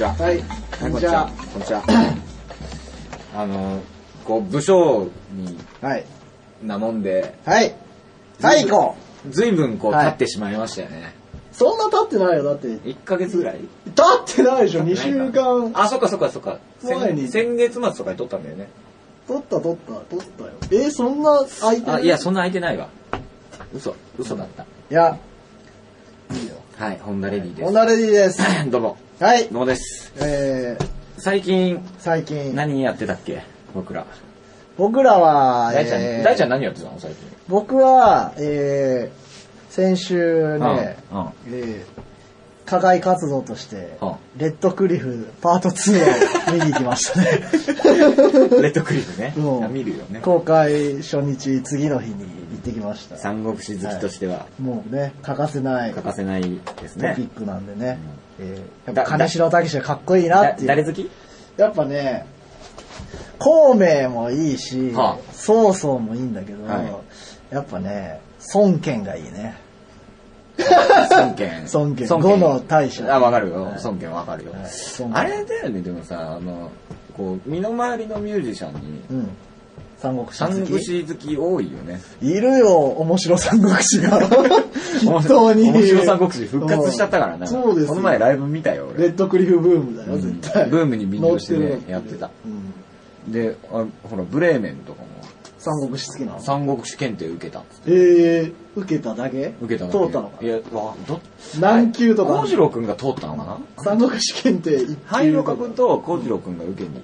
ちは。 はい。 こんにちは。こんにちは。こう、武将になもんで、 はい。はい、行こう。ずいぶんこう、経ってしまいましたよね。 そんな経ってないよ、だって。 1ヶ月ぐらい経ってないでしょ、2週間。 あ、そっか。先月末とかに撮ったんだよね。 撮ったよ。そんな空いてない？ いや、そんな空いてないわ。嘘だった。 いや、いいよ。 はい、ホンダレディです。 ホンダレディです。 どうも。 はい。 どうもです。最近何やってたっけ僕らは、大ちゃん何やってたの最近。 僕は、先週ね、課外活動として、レッドクリフパート2を見に行きましたね。 レッドクリフね。見るよね。 公開初日、次の日に行ってきました。 三国志好きとしては。 もうね、欠かせないですね。 トピックなんでね。やっぱ金城武史はかっこいいなっていう。 誰好き？ やっぱね、孔明もいいし、曹操もいいんだけど、やっぱね、孫権がいいね。 孫権。 呉の大将。 あ、わかるよ。孫権わかるよ。あれだよね、でもさ、こう、身の回りのミュージシャンに、三国志好き多いよね。 いるよ、面白三国志が。本当に。 面白三国志復活しちゃったからな。 そうです。 この前ライブ見たよ、俺。 レッドクリフブームだよ、絶対。 ブームに便乗してね、やってた。で、ほら、ブレーメンとかも。 三国志好きなの？ 三国志検定受けた。 受けただけ？ 受けただけ。 通ったのか？ いや、 何級とか？ 幸次郎くんが通ったのかな？ 三国志検定1級。 灰岡くんと幸次郎くんが受けに行って、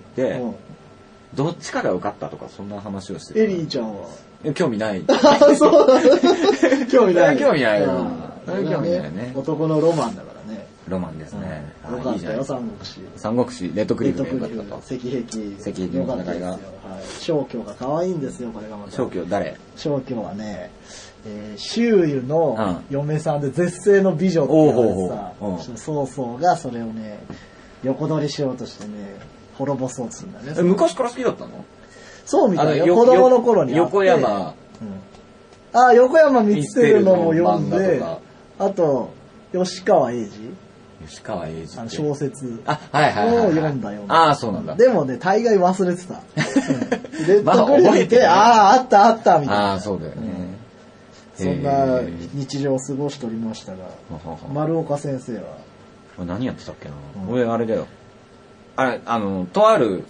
どっちかが受かったとか、そんな話をしてた。 エリーちゃんは？ 興味ない。 そうだ。興味ない。 興味ないよ。興味ないね。 男のロマンだからね。 ロマンですね。 よかったよ、三国志。 三国志、レッドクリフがよかったと。 石壁の戦いが。 消去が可愛いんですよ、これがまた。 消去誰？ 消去はね、周囲の嫁さんで絶世の美女って言われてさ、曹操がそれをね、横取りしようとしてね、滅ぼそうとするんだね。 昔から好きだったの？ そうみたいよ、子供の頃に。 横山。 横山光輝のも読んで、あと、吉川英治小説を読んだよ。 ああ、そうなんだ。 でもね、大概忘れてた。レッドクリフって、あったみたいな。 ああ、そうだよね。 そんな日常を過ごしておりましたが、丸岡先生は。 何やってたっけな。俺、あれだよ。とある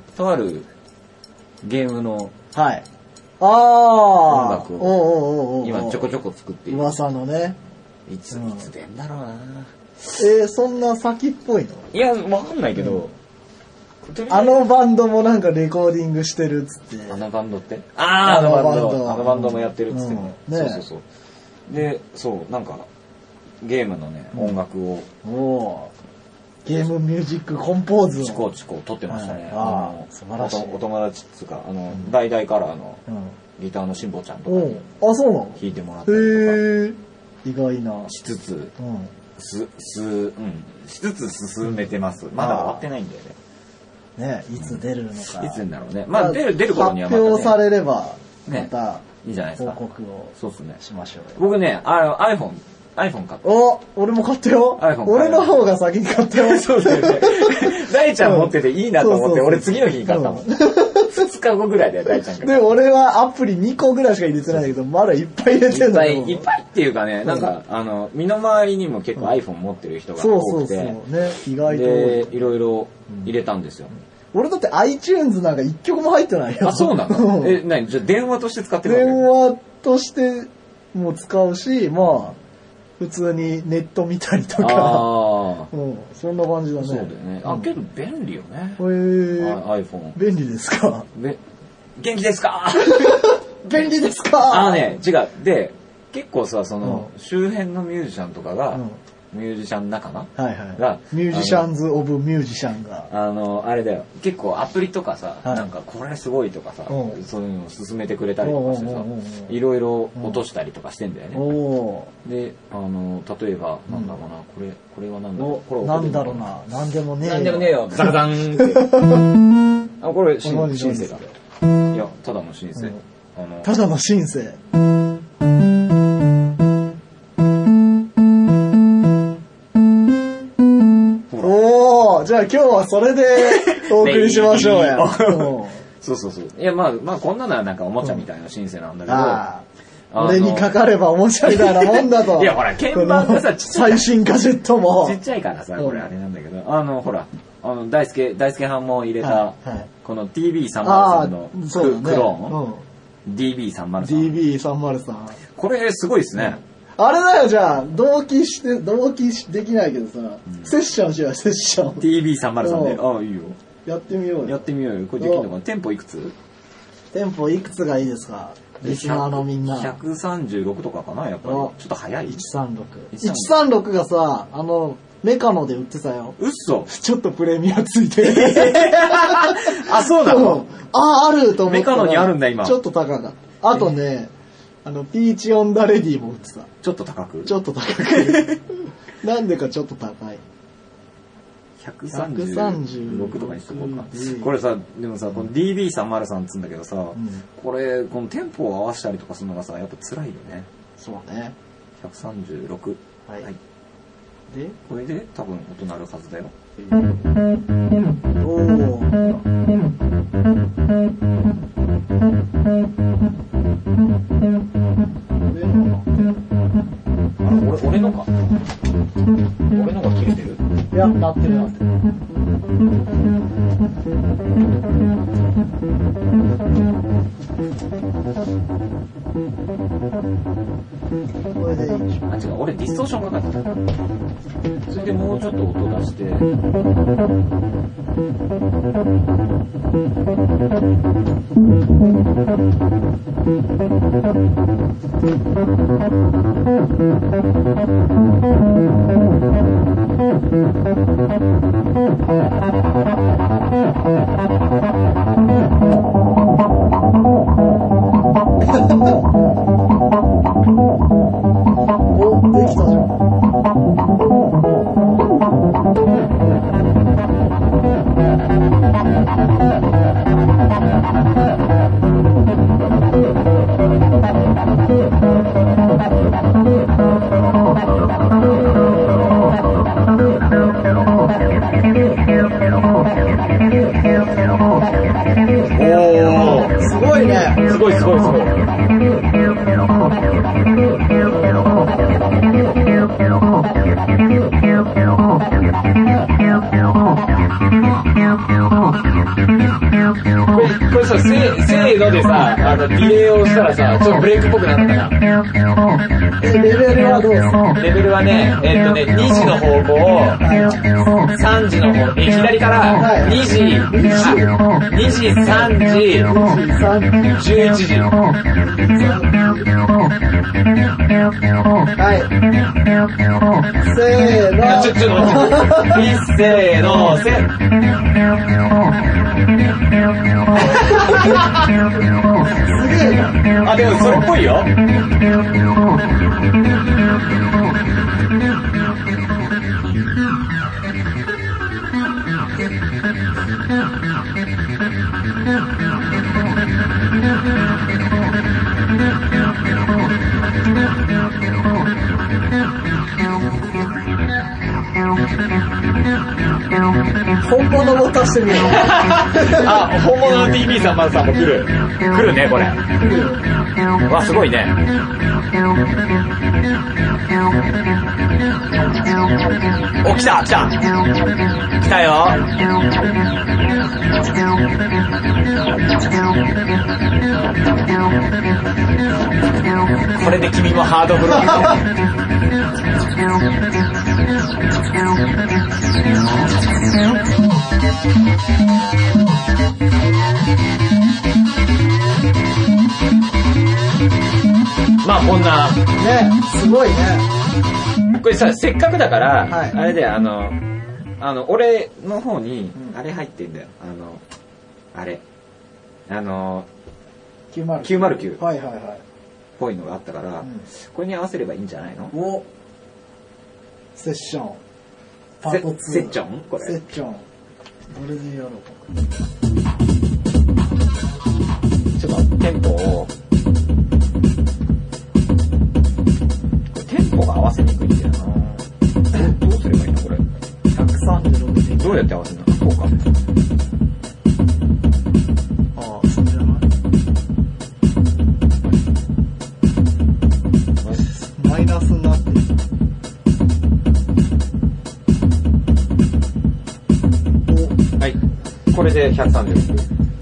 ゲームの音楽を今ちょこちょこ作っている。 噂のね。 いつ出んだろうな。 そんな先っぽいの？ いや、わかんないけど、 あのバンドもなんかレコーディングしてるっつって。 あのバンドって？あのバンドもやってるっつってね。そう。で、そう、なんか、ゲームのね、音楽を。 ゲームミュージックコンポーズを。 チコ撮ってましたね。 素晴らしい。 お友達っつうか、代々からギターのしんぼちゃんとかに。 そうなの？ 弾いてもらったりとか。 意外な。 しつつ進めてます。まだ終わってないんだよね。いつ出るのか。 いつ出るんだろうね。まあ出る頃にはまた発表されれば、また、 いいじゃないですか。 報告をしましょうよ。 僕ね、iPhone 買った。 俺も買ったよ。俺の方が先に買ったよ。 そうだよね。大ちゃん持ってていいなと思って、俺次の日に買ったもん。2日後ぐらいだよ、大ちゃんが。 で、俺はアプリ2個ぐらいしか入れてないんだけど、まだいっぱい入れてんだよ。 いっぱいっていうかね、なんか、身の回りにも結構 iPhone 持ってる人が多くて。 そうね、意外と。 で、いろいろ入れたんですよ。 俺だって iTunes なんか1曲も入ってないよ。 あ、そうなの？何？じゃあ電話として使ってるわけ？ 電話としても使うし、まあ、普通にネット見たりとか。そんな感じだね。 そうだよね。けど便利よね。 iPhone。便利ですか？ 元気ですか？ 便利ですか？ 違う。で、結構さ、周辺のミュージシャンとかが、ミュージシャン仲間が、 ミュージシャンズ・オブ・ミュージシャンが。 あれだよ。結構アプリとかさ、なんかこれすごいとかさ、そういうのを勧めてくれたりとかしてさ、いろいろ落としたりとかしてんだよね。で、例えば、なんだろうな、これはなんだろう。 なんだろうな、なんでもねえよ。 なんでもねえよ、ザラザンって。これ、シンセだ。いや、ただのシンセ。 ただのシンセ。じゃあ今日はそれでお送りしましょうや。 そうそうそう。いや、まあこんなのはなんかおもちゃみたいなシンセなんだけど、 俺にかかればおもちゃみたいなもんだと。 いや、ほら、鍵盤がさ、 最新カセットも。 ちっちゃいからさ、これあれなんだけど、ほら、大輔版も入れた、この TB303 のクローン、DB303。 DB303。 これすごいですね。 あれだよ、じゃあ、同期できないけどさ、セッションしよう、セッション。 TB303 で。いいよ。 やってみようよ。 やってみようよ。これできるのかな？テンポいくつ？ テンポいくつがいいですか？リスナーのみんな。 136とかかなやっぱり。ちょっと早い。 136。136がさ、メカノで売ってたよ。 うっそ。 ちょっとプレミアついてる。 あ、そうなの？ あると思って。 メカノにあるんだ今。 ちょっと高かった。あとね、ピーチオンダレディも売ってた。 ちょっと高く？ ちょっと高く。なんでかちょっと高い。 136とかにしとこうか。これさ、でもさ、この DB303 っつうんだけどさ、これ、このテンポを合わせたりとかするのがさ、やっぱ辛いよね。 そうね。 136。 はい。 で、これで多分音鳴るはずだよ。俺のか。俺のが切れてる？ いや、鳴ってる。これでいいでしょ。 違う、俺ディストーションかかってた。それでもうちょっと音出して。 お、できたじゃん。すごいね。 すごい。これさ、せーのでさ、ディレイをしたらさ、ちょっとブレイクっぽくなったかな。 レベルはどうですか？ レベルはね、2時の方向、3時の方、左から2時、2時、3時、11時。 はい。せーの。 ちょっと待って。せーの、すげえな。 あ、でもそれっぽいよ。 本物も足してみよう。 あ、本物の DB303 も来るね、これ。わ、すごいね。お、来たよ。これで君もハードブロック。まあこんなね、すごいね。 これさ、せっかくだから、 はい、 あれで俺の方にあれ入ってんだよ。あれ909 はいぽいのがあったから、これに合わせればいいんじゃないの？ お、セッションパート2。 セッチョン？これセッチョン。どれでやろうか。 ちょっとテンポをテンポが合わせにくいんだよな。どうすればいいのこれ？ 136で。 どううやって合わせるの？こうか。 ああ、そうじゃない？マイナスになってる。 はい。これで136。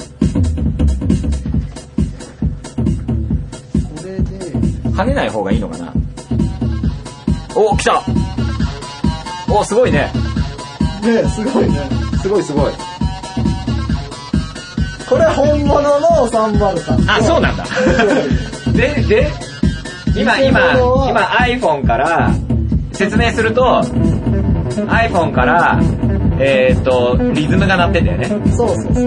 これで。 跳ねない方がいいのかな？お、来た！お、すごいね。 ね、すごいね。 すごいすごい。 これ本物の303。 あ、そうなんだ。で、今 iPhone から説明すると iPhone からリズムが鳴ってんだよね。 そう。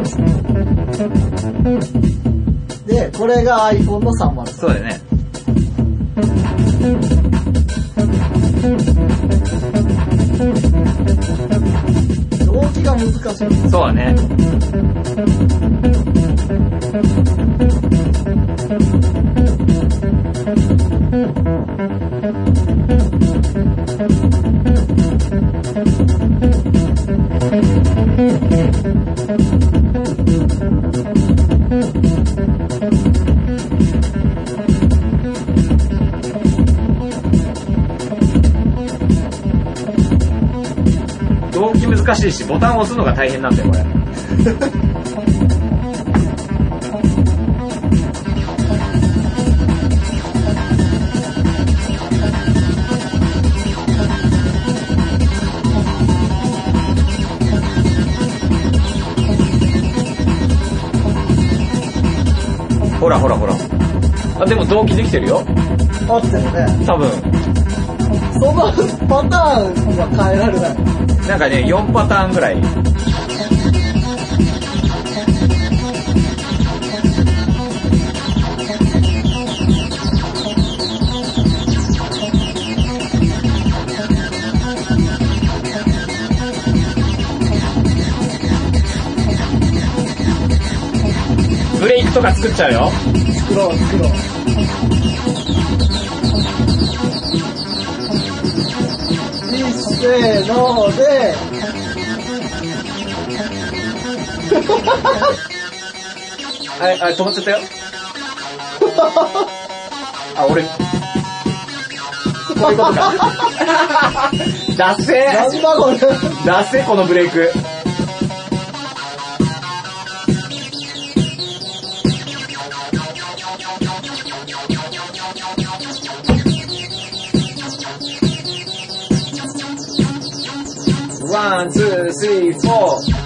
で、これが iPhone の303。 そうだよね。 動機が難しい。 そうだね。動機難しいし、ボタンを押すのが大変なんだよ、これ。ほら。あ、でも動機できてるよ。 合ってるね。 多分。 そのパターンは変えられない。 なんかね、4パターンぐらい。ブレイクとか作っちゃうよ。 作ろう。せーのであ、止まっちゃったよ。あ、俺。こういうことか。ダッセー。 なんだこれ。 ダッセー、このブレイク。ワン、ツー、スリー、フォー。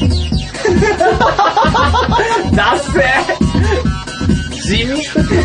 ダッセー。地味。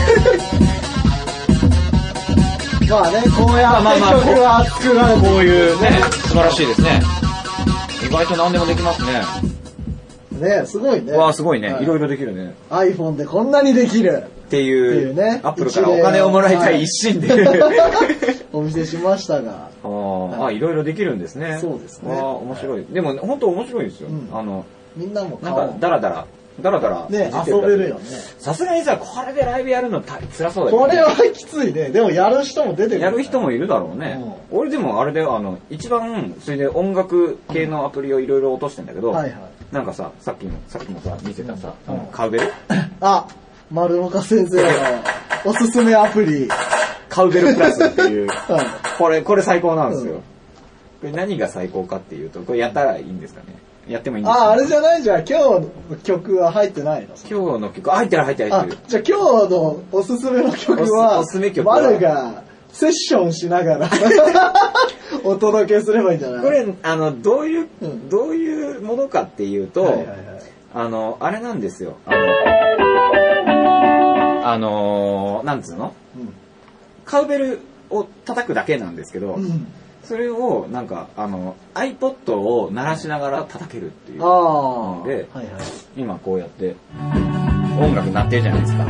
まあね、こうやって曲は作られて、 こういうね、素晴らしいですね。意外と何でもできますね。 ね、すごいね。 わあ、すごいね。いろいろできるね。 iPhone でこんなにできる。 っていうね、アップルからお金をもらいたい一心でお見せしましたが。 あ、いろいろできるんですね。 そうですね。 面白い。でも本当面白いですよ。 みんなもなんかダラダラね、遊べるよね。 さすがにさ、これでライブやるの辛そうだよね。これはきついね。でもやる人も出てる。 やる人もいるだろうね。俺でもあれで一番それで音楽系のアプリをいろいろ落としてんだけど、なんかさ、さっきもさ見せたさ、カウベル。 あ、丸岡先生のおすすめアプリ。 カウベルプラスっていう。これ最高なんですよ。これ何が最高かっていうと、これやったらいいんですかね。やってもいいんですか？ あれじゃないじゃん。今日の曲は入ってないの？ 今日の曲、入ってる。 じゃあ今日のおすすめの曲は、丸がセッションしながらお届けすればいいんじゃない？ これ、どういうものかっていうと、あれなんですよ。なんつうの？カウベルを叩くだけなんですけど、それをなんかiPod を鳴らしながら叩けるっていうので、今こうやって音楽鳴ってるじゃないですか。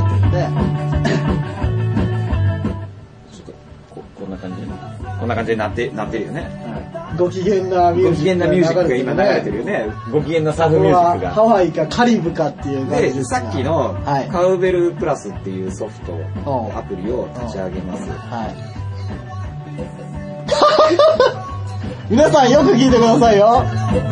こんな感じで鳴ってるよね。 ご機嫌なミュージックが今流れてるよね。ご機嫌なサーフミュージックが。 ハワイかカリブかっていう感じです。 で、さっきのカウベルプラスっていうソフト、アプリを立ち上げます。 皆さんよく聞いてくださいよ。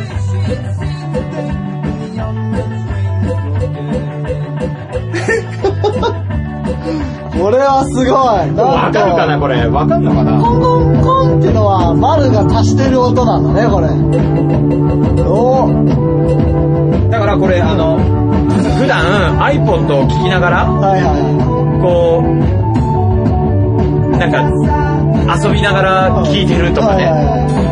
これはすごい。 わかるかなこれ。わかんのかな。 コンコンコンってのは丸が足してる音なんだねこれ。おー。 だからこれ普段 iPod を聞きながら、 はいはいはい、 こうなんか遊びながら聞いてるとかね。はい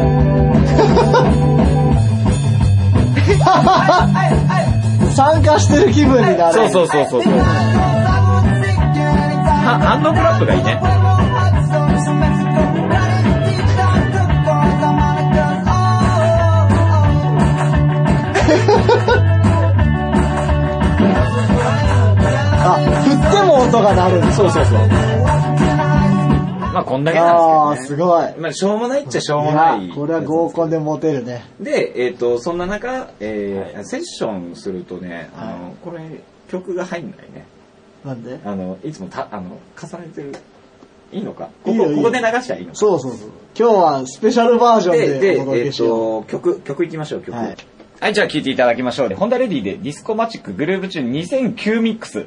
はいはい、参加してる気分になる。 そう。ハンドクラップがいいね。 あ、振っても音が鳴る。 そう。まあこんだけなんですけどね。 ああ、すごい。 まあしょうもないっちゃしょうもない。 これは合コンでモテるね。 で、そんな中、セッションするとね、これ曲が入んないね。 なんで？ いつも重ねてる。いいのか？ここで流したらいいのか？ そう。今日はスペシャルバージョンでお届けしよう。 曲いきましょう、曲。はい、じゃあ聴いていただきましょう。ホンダレディでディスコマチックグルーヴチューン2009ミックス。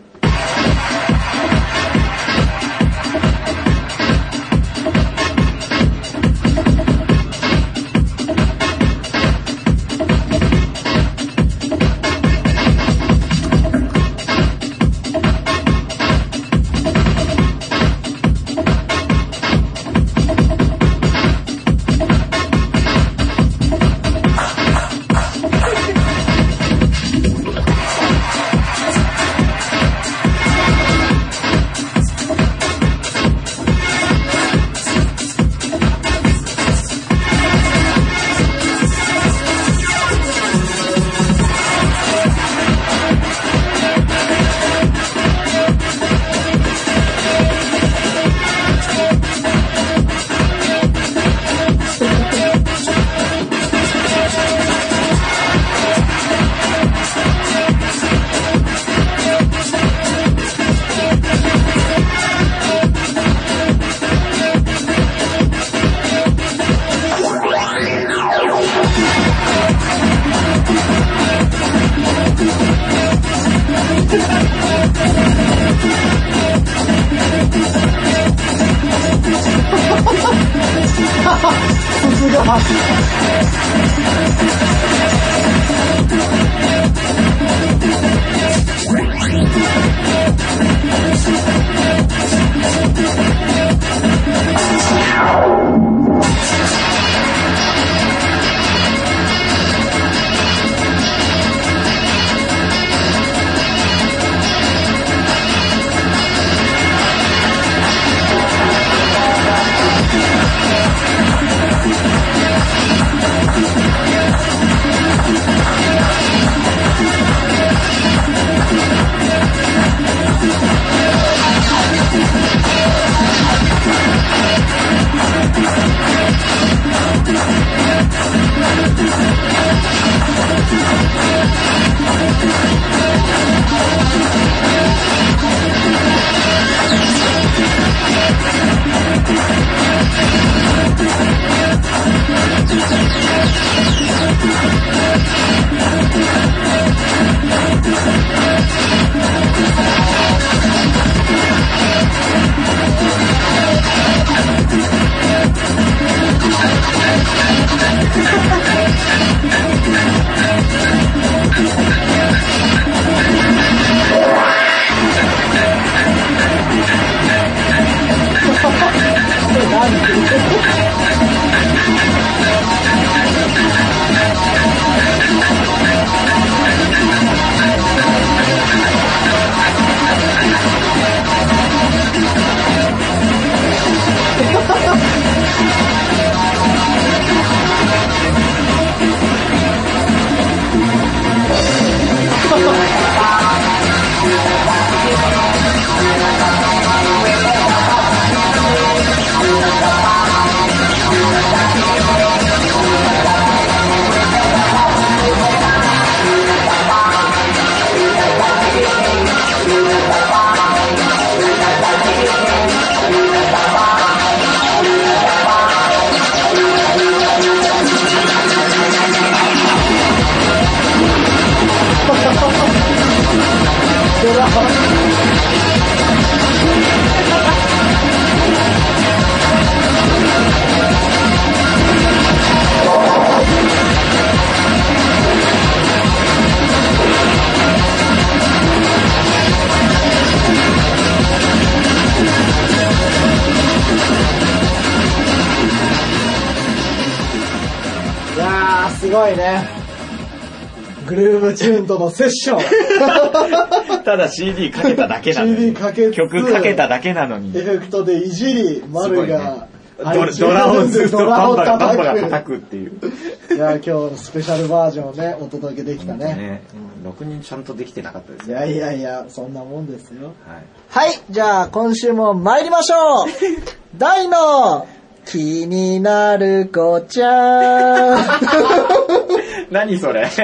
いやー、すごいね。グルーヴチューンとのセッション。 ただ CD かけただけなのに。 CD かけつつ曲かけただけなのに。 エフェクトでいじり、丸が、 ドラをずっとバンバが叩くっていう。 いや、今日のスペシャルバージョンをね、お届けできたね。 6人ちゃんとできてなかったですね。いや、そんなもんですよ。 はい。 はい、じゃあ今週も参りましょう。大の気になる子ちゃん。 何それ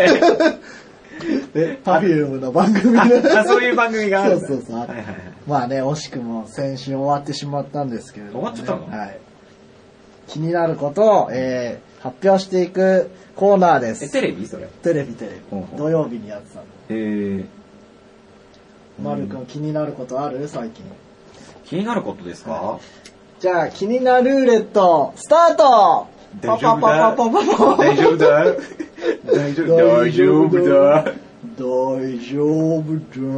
パフュームの番組あ、そういう番組があるんだ。 そう。まあね、惜しくも先週終わってしまったんですけれども、ね。 終わっちゃったの？ はい。気になることを、発表していくコーナーです。 テレビそれ？ テレビ。土曜日にやってたの。マル君気になることある？最近。 気になることですか？はい、 じゃあ、気になるルーレット、スタート！ 大丈夫だ。大丈夫だ。大丈夫だ。大丈夫だ。 大丈夫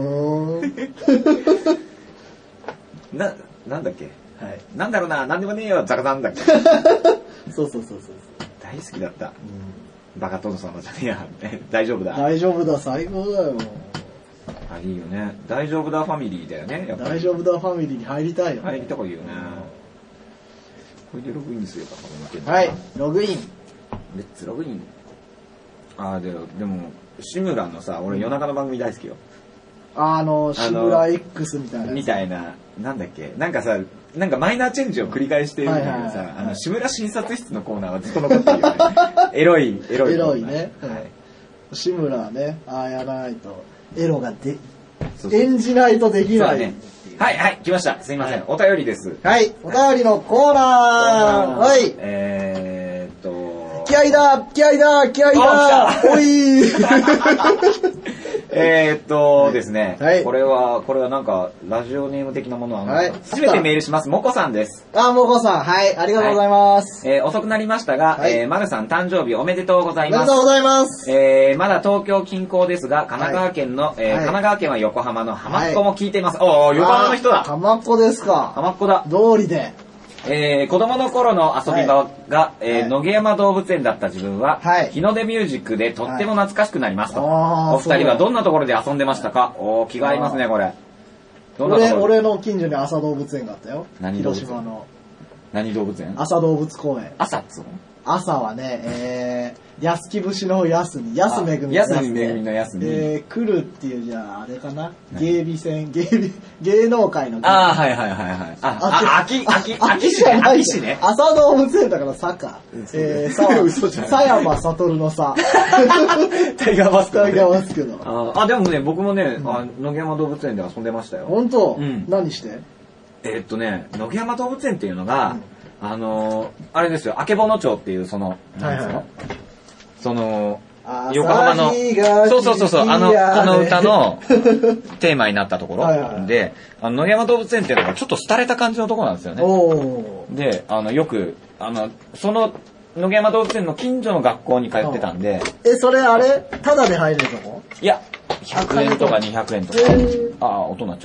だ。 なんだっけ？ はい。 なんだろうな、なんでもねえよ、ザカなんだっけ。 そう。 大好きだった。バカ殿様じゃねえや。大丈夫だ。 大丈夫だ、最高だよ。 あ、いいよね。大丈夫だファミリーだよね。やっぱり大丈夫だファミリーに入りたいよね。 入りた方がいいよね。これでログインすれば多分はい、ログイン。 レッツログイン。あ、でも、志村のさ、俺夜中の番組大好きよ。 志村 X みたいな。 みたいな、なんだっけ、なんかさ、なんかマイナーチェンジを繰り返しているんだけどさ、志村診察室のコーナーはずっと残ってるよね。エロいね。はい。志村はね、やらないと、エロが演じないとできない。 はい、来ました。すいません。お便りです。 はい、お便りのコーナー。はい。気合だおいですね。これはなんか、ラジオネーム的なものは、初めてメールします。もこさんです。 もこさん、はい、ありがとうございます。 遅くなりましたが、まるさん誕生日おめでとうございます。 おめでとうございます。 まだ東京近郊ですが、神奈川県は横浜の浜っ子も聞いています。横浜の人だ。 浜っ子ですか。 浜っ子だ。 通りで。 子供の頃の遊び場が、野毛山動物園だった自分は、日の出ミュージックでとっても懐かしくなりますと。お二人はどんなところで遊んでましたか？気が合いますね、これ。 俺の近所に朝動物園があったよ。広島の。 何動物園？ 朝動物公園。 朝っつうの？ 朝はね、安木節の安に、安めぐみの安に。 来るっていう、じゃあ、あれかな芸能界の。 はい。秋市ね。 朝動物園だから坂。佐山悟のさ。 タイガーマスクの。 でもね、僕もね、野毛山動物園で遊んでましたよ。 本当？何して？ 野毛山動物園っていうのが、あれですよ、あけぼの町っていう、なんですか？横浜の、そう、あの歌のテーマになったところで、野毛山動物園っていうのがちょっと廃れた感じのところなんですよね。で、よく、野毛山動物園の近所の学校に通ってたんで。 それあれタダで入れるとこ？ いや、100円とか200円とか。音鳴っちゃった。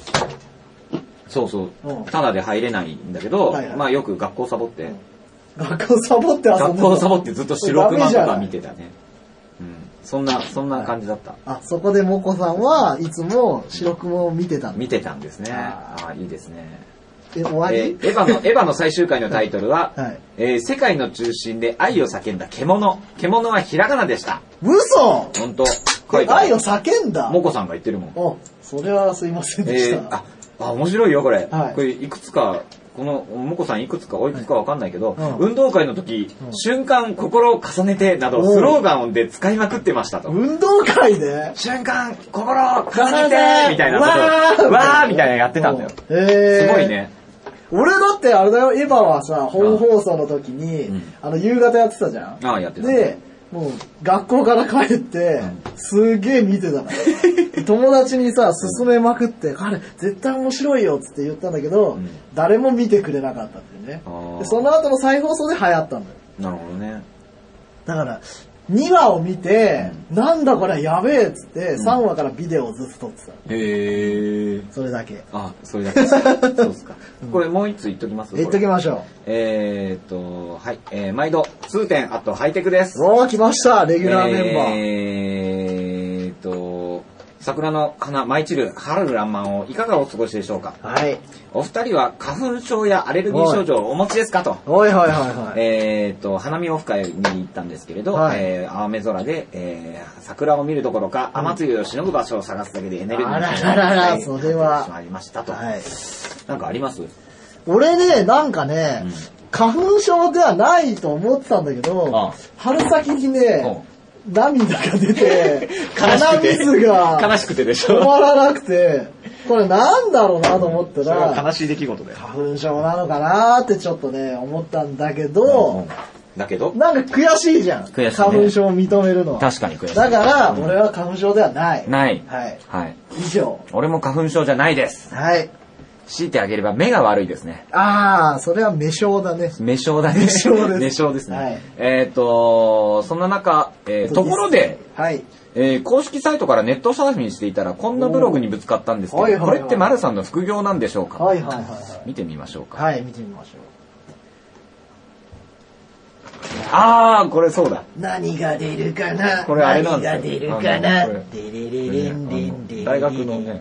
そうタダで入れないんだけど、まあよく学校サボって学校サボってずっと白熊とか見てたね。そんな感じだった。 そこでモコさんはいつも白熊を見てたんですね。いいですね。 終わり？ エヴァの最終回のタイトルは、世界の中心で愛を叫んだ獣はひらがなでした。 嘘！ 本当。 愛を叫んだ？ モコさんが言ってるもん。 それはすいませんでした。 面白いよこれ。これいくつか、このモコさんいくつかおいくつかわかんないけど、運動会の時、瞬間心を重ねてなどスローガンで使いまくってましたと。 運動会で？ 瞬間心を重ねてみたいなことわーみたいなやってたんだよ。すごいね。 俺だってあれだよ、エヴァはさ、本放送の時に、夕方やってたじゃん。 やってた。 で、 もう学校から帰って、すげえ見てたから。友達にさ、勧めまくって、あれ、絶対面白いよっつって言ったんだけど、誰も見てくれなかったっていうね。でその後の再放送で流行ったんだよ。 なるほどね。 だから、2話を見て、なんだこれやべえっつって、3話からビデオをずっと撮ってた。 へえ。 それだけ。 あ、それだけ。そうですか。これもう一つ言っときます？ 言っときましょう。はい。毎度、通天あとハイテクです。 おー、来ましたレギュラーメンバー。桜の花舞い散る春らんまんをいかがお過ごしでしょうか。 はい。 お二人は花粉症やアレルギー症状をお持ちですかと。 はいはいはいはい。花見オフ会に行ったんですけれど、 はい、 雨空で、桜を見るどころか、雨露をしのぐ場所を探すだけでエネルギーあらら、それは。 ありましたと。 はい。 なんかあります？ 俺ね、なんかね、花粉症ではないと思ってたんだけど、春先にね、涙が出て、鼻水が悲しくてでしょ。 止まらなくて、これなんだろうなと思ったら、 悲しい出来事だよ。 花粉症なのかなってちょっとね、思ったんだけど、 だけどなんか悔しいじゃん。 悔しい、ね。 花粉症を認めるのは。 確かに悔しい。 だから、俺は花粉症ではない。 ない。 はい。 はい。 以上。 俺も花粉症じゃないです。 はい。 強いてあげれば目が悪いですね。 ああ、それは目症だね。 目症だね。 目症です。 目症ですね。 はい。 そんな中、ところで、 はい。 公式サイトからネットサーフィンしていたらこんなブログにぶつかったんですけど、これって丸さんの副業なんでしょうか？ はいはいはい。 見てみましょうか。 はい、見てみましょう。 あー、これそうだ。 何が出るかな？ これあれなんですよ。 何が出るかな？デレレレンレンレン。 大学のね、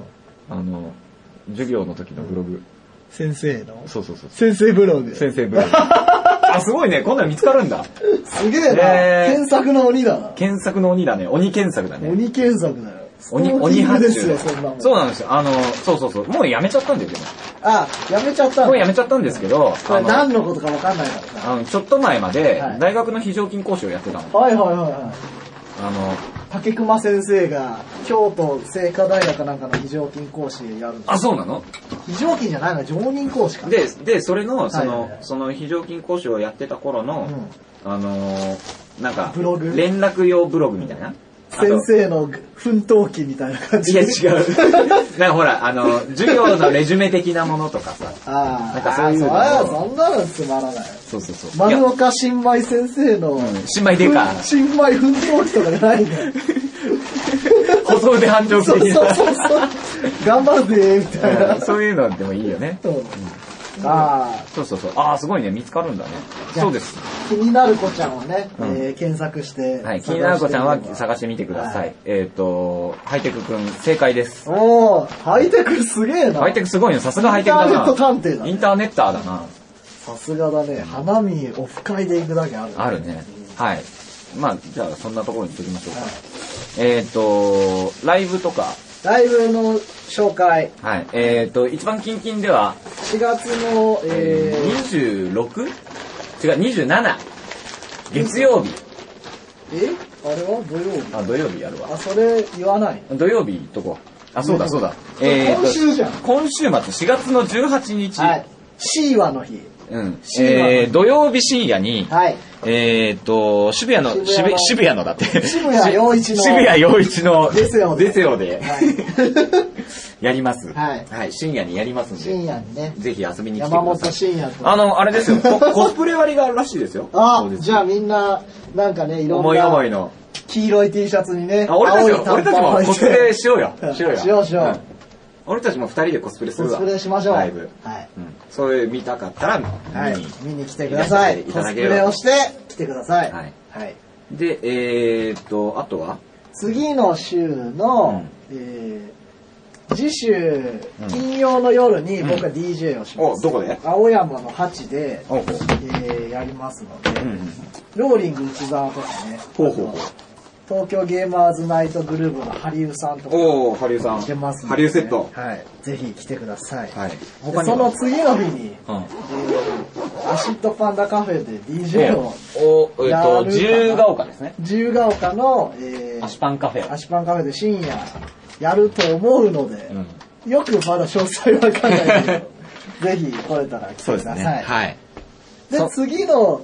授業の時のブログ。 先生の？ そうそうそう。 先生ブログ。 先生ブログ。あ、すごいね。こんなの見つかるんだ。 すげえな。検索の鬼だな。 検索の鬼だね。鬼検索だね。 鬼検索だよ。 鬼発注ですよ、そんなもん。 そうなんですよ。そうそうそう。もうやめちゃったんだよ、でも。 あ、やめちゃったの？ もうやめちゃったんですけど。 これ何のことかわかんないからさ。ちょっと前まで、大学の非常勤講師をやってたの。 はいはいはいはい。竹熊先生が京都精華大学なんかの非常勤講師やるんです。 あ、そうなの？ 非常勤じゃないの？常任講師か。 で、それの、その非常勤講師をやってた頃の、なんか、連絡用ブログみたいな。 先生の奮闘記みたいな感じ。 いや違う。なんかほら、授業のレジュメ的なものとかさ。なんかそういうの。 そんなのつまらない。 そうそうそう。 丸岡新米先生の、 新米でか。 新米奮闘記とかじゃないんだよ。 細腕繁盛記。 そう。頑張るぜみたいな。 そういうのでもいいよね。そうそう。ああ、すごいね。見つかるんだね。そうです。 気になる子ちゃんはね、検索して。 はい、気になる子ちゃんは探してみてください。ハイテクくん、正解です。 おー、ハイテクすげえな。 ハイテクすごいね。さすがハイテクだな。 インターネット探偵だ。 インターネッターだな。 さすがだね。花見オフ会で行くだけある。 あるね。はい。まあ、じゃあそんなところにしときましょうか。ライブとか。 ライブの紹介。 はい。一番近々では、 4月の、 26？違う、27。月曜日。 あれは土曜日？ あ、土曜日やるわ。 あ、それ言わない。 土曜日とこ。あ、そうだ。 今週じゃん。 今週末、4月の18日。 はい。シーワの日。 土曜日深夜に、 はい。 渋谷のだって。 渋谷陽一の。 ですよで。やります。 はい。 はい。深夜にやりますんで。 深夜にね。 ぜひ遊びに来てください。 山本深夜と。 あれですよ。コスプレ割があるらしいですよ。 あ、じゃあみんな、なんかね、いろんな。 思い思いの。 黄色い T シャツにね。 俺たちもコスプレしようよ。 しよう。 俺たちも2人でコスプレするわ。 コスプレしましょう。 ライブ。はい。そういう見たかったら見に来てください。コスプレをして来てください。 はい。で、あとは次の週の、次週、金曜の夜に僕は DJ をします。 どこで？ 青山の8で、やりますので、ローリング内沢とかね。東京ゲーマーズナイトグループのハリウさんとか。 ハリウさん。 来てますので。 ハリウセット。 はい。ぜひ来てください。 はい。 その次の日に、アシッドパンダカフェで DJ をやる。 自由が丘ですね。 自由が丘の、 アシパンカフェで深夜やると思うので、よくまだ詳細わかんないけど、ぜひ来れたら来てください。 はい。 で、次の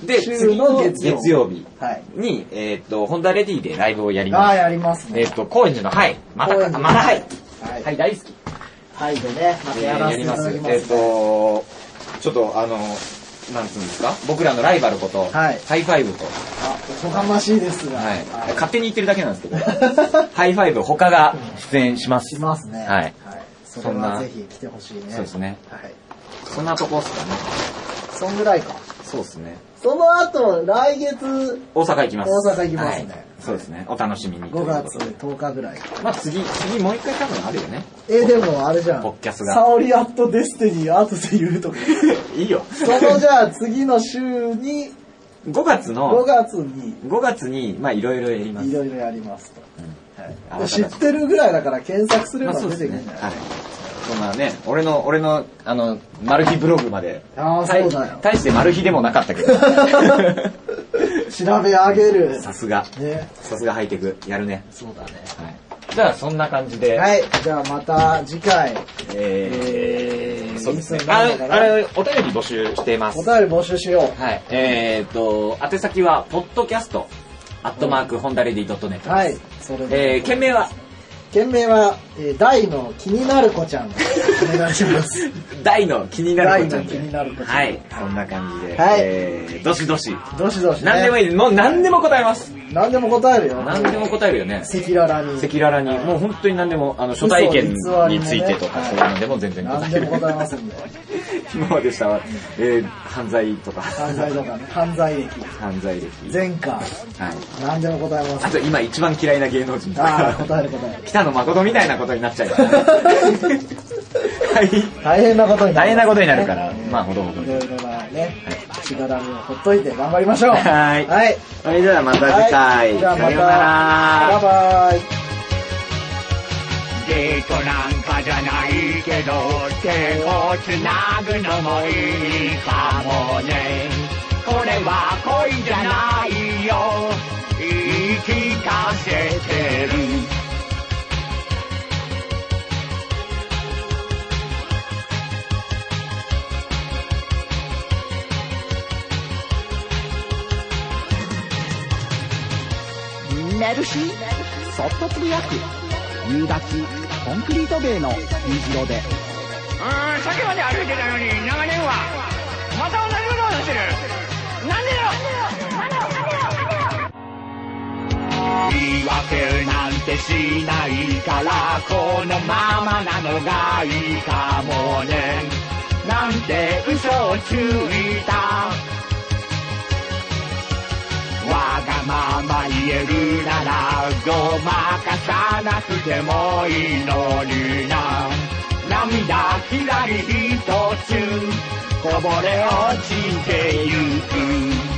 で、次の月曜日に、ホンダレディでライブをやります。 やりますね。 高円寺の、はい。またはい。はい、大好き。 はいでね、またやらせていただきます。 ちょっとなんつうんですか、僕らのライバルこと、ハイファイブと。 おこがましいですが。 はい。勝手に言ってるだけなんですけど、ハイファイブ他が出演します。 しますね。 はい。 そんなぜひ来てほしいね。 そうですね。はい。そんなとこっすかね。 そんぐらいか。 そうですね。 その後、来月、 大阪行きます。 大阪行きますね。 そうですね。お楽しみに。 5月10日ぐらい。 まあ次もう一回多分あるよね。 でもあれじゃん。 ポッキャスが。 サオリアットデスティニー、後で言うとか。 いいよ。 そのじゃあ次の週に、 5月に、まあいろいろやります。 いろいろやりますと。知ってるぐらいだから検索すれば出てくるんじゃない？ そんなね、俺の、マル秘ブログまで。 そうだよ。 大してマル秘でもなかったけど。 調べ上げる。 さすが。 ね。 さすがハイテク。やるね。 そうだね。 はい。じゃあ、そんな感じで。 はい。じゃあ、また次回。 そうですね。あれ、お便り募集しています。 お便り募集しよう。 はい。宛先は、podcast@hondaready.net。 はい。 それで。件名は、大の気になる子ちゃん。お願いします。 大の気になる子ちゃん。 気になる子ちゃん。 はい。そんな感じで。 はい。 どしどし。 どしどし。 何でもいい。もう何でも答えます。 何でも答えるよ。 何でも答えるよね。 赤裸々に。 赤裸々に。もう本当に何でも、初体験についてとか、そういうのでも全然答える。 何でも答えますんで。 今までしたら、犯罪とか。 犯罪とかね。犯罪歴。前科。はい。何でも答えます。 あと今一番嫌いな芸能人とか。答える。 北野誠みたいなことになっちゃうから。はい。 大変なことになるから、まあほどほど。 いろいろなね、しがらみをほっといて頑張りましょう。 はい。 はい。 それではまた次回。 じゃあまた。バイバイ。 デートなんかじゃないけど手をつなぐのもいいかもね。これは恋じゃないよ、言い聞かせてる。 メルシーそっとつぶやく夕立コンクリート塀の虹色で。 さっきまで歩いてたのに長年はまた同じことをしてる。なんでよ。言い訳なんてしないからこのままなのがいいかもね。なんて嘘をついた。わがまま言えるならごまかさなくてもいいのにな。涙ひらりひとつこぼれ落ちてゆく。